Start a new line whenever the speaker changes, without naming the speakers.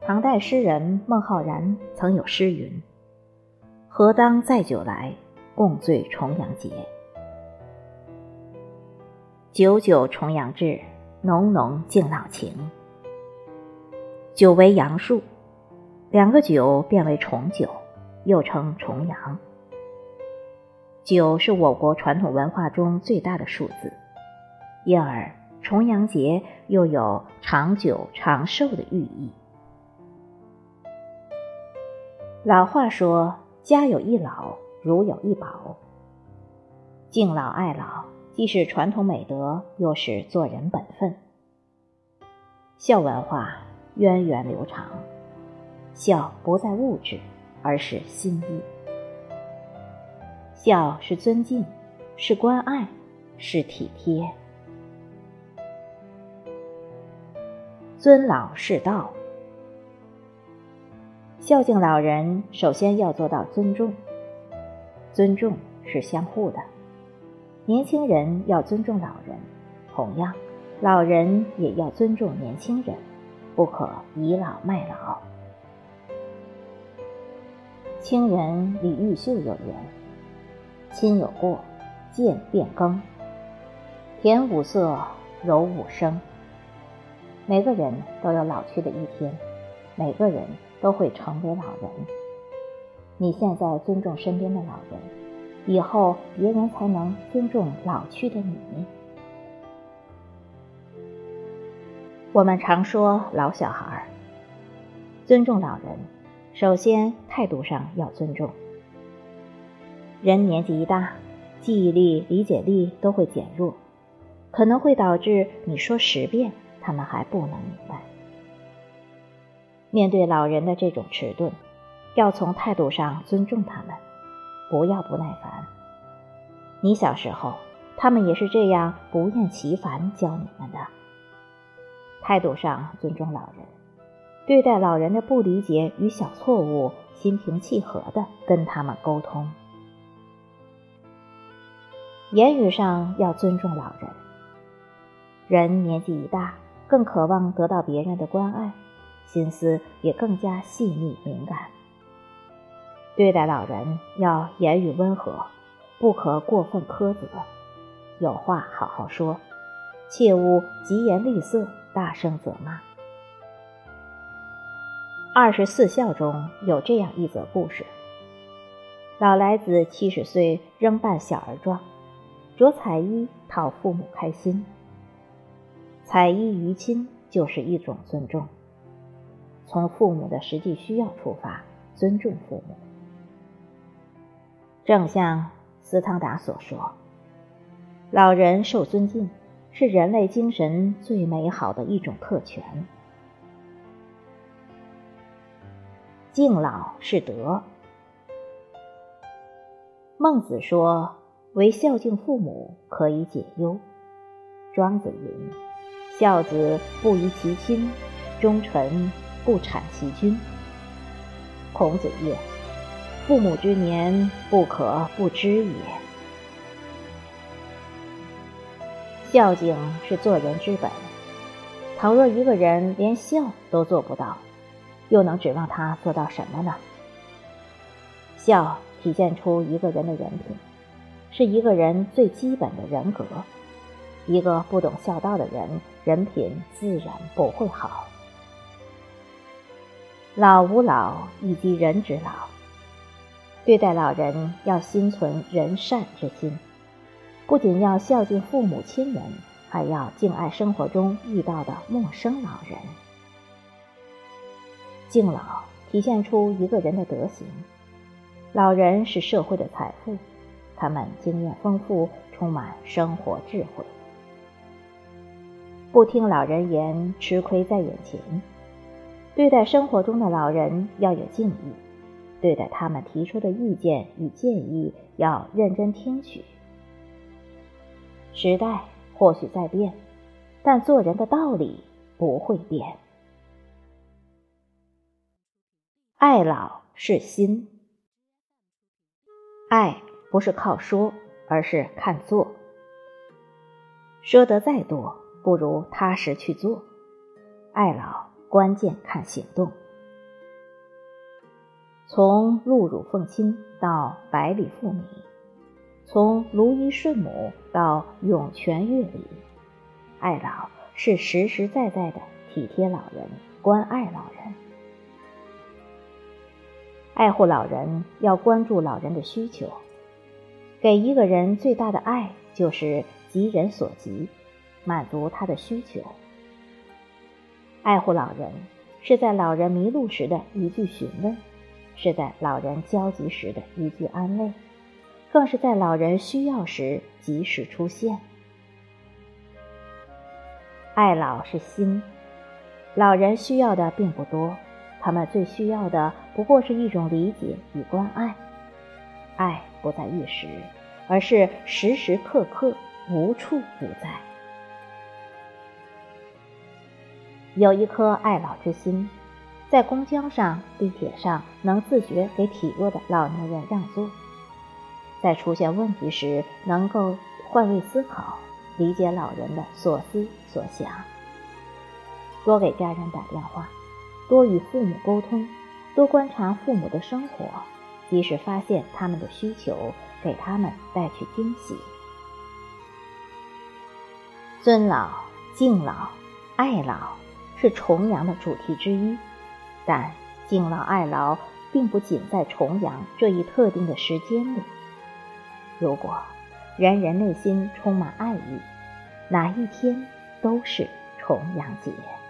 唐代诗人孟浩然曾有诗云：何当载酒来，共醉重阳节。久久重阳至，浓浓敬老情。酒为阳数，两个九变为重九，又称重阳。九是我国传统文化中最大的数字，因而重阳节又有长久长寿的寓意。老话说，家有一老，如有一宝。敬老爱老既是传统美德，又是做人本分。孝文化源远流长，孝不在物质，而是心意。孝是尊敬，是关爱，是体贴。尊老是道。孝敬老人，首先要做到尊重。尊重是相互的，年轻人要尊重老人，同样，老人也要尊重年轻人，不可倚老卖老。清人李毓秀有言：亲有过，渐变更，甜五色，柔五声。每个人都有老去的一天，每个人都会成为老人。你现在尊重身边的老人，以后别人才能尊重老去的你。我们常说老小孩，尊重老人，首先态度上要尊重。人年纪一大，记忆力、理解力都会减弱，可能会导致你说10遍，他们还不能明白。面对老人的这种迟钝，要从态度上尊重他们，不要不耐烦。你小时候，他们也是这样不厌其烦教你们的。态度上尊重老人，对待老人的不理解与小错误，心平气和地跟他们沟通。言语上要尊重老人。人年纪一大，更渴望得到别人的关爱，心思也更加细腻敏感。对待老人要言语温和，不可过分苛责，有话好好说，切勿疾言厉色，大声责骂。24孝中有这样一则故事：老来子70岁仍扮小儿状，着彩衣讨父母开心。彩衣于亲就是一种尊重，从父母的实际需要出发，尊重父母。正像斯汤达所说，老人受尊敬是人类精神最美好的一种特权。敬老是德。孟子说，唯孝敬父母，可以解忧。庄子云，孝子不遗其亲，忠臣不谄其君。孔子曰，父母之年，不可不知也。孝敬是做人之本，倘若一个人连孝都做不到，又能指望他做到什么呢？孝体现出一个人的人品，是一个人最基本的人格。一个不懂孝道的人，人品自然不会好。老吾老，以及人之老。对待老人要心存仁善之心，不仅要孝敬父母亲人，还要敬爱生活中遇到的陌生老人。敬老体现出一个人的德行。老人是社会的财富，他们经验丰富，充满生活智慧。不听老人言，吃亏在眼前。对待生活中的老人要有敬意，对待他们提出的意见与建议要认真听取。时代或许在变，但做人的道理不会变。爱老是心。爱不是靠说，而是看做。说得再多，不如踏实去做。爱老关键看行动， 从露乳奉亲到百里赴米，从如衣顺母到涌泉乐礼，爱老是实实在在的体贴老人，关爱老人。爱护老人要关注老人的需求，给一个人最大的爱就是急人所急，满足他的需求。爱护老人是在老人迷路时的一句询问，是在老人焦急时的一句安慰，更是在老人需要时及时出现。爱老是心，老人需要的并不多，他们最需要的不过是一种理解与关爱。爱不在一时，而是时时刻刻无处不在。有一颗爱老之心，在公交上、地铁上能自觉给体弱的老年人让座，在出现问题时能够换位思考，理解老人的所思所想。多给家人打电话，多与父母沟通，多观察父母的生活，及时发现他们的需求，给他们带去惊喜。尊老、敬老、爱老是重阳的主题之一，但敬老爱老并不仅在重阳这一特定的时间里。如果人人内心充满爱意，哪一天都是重阳节。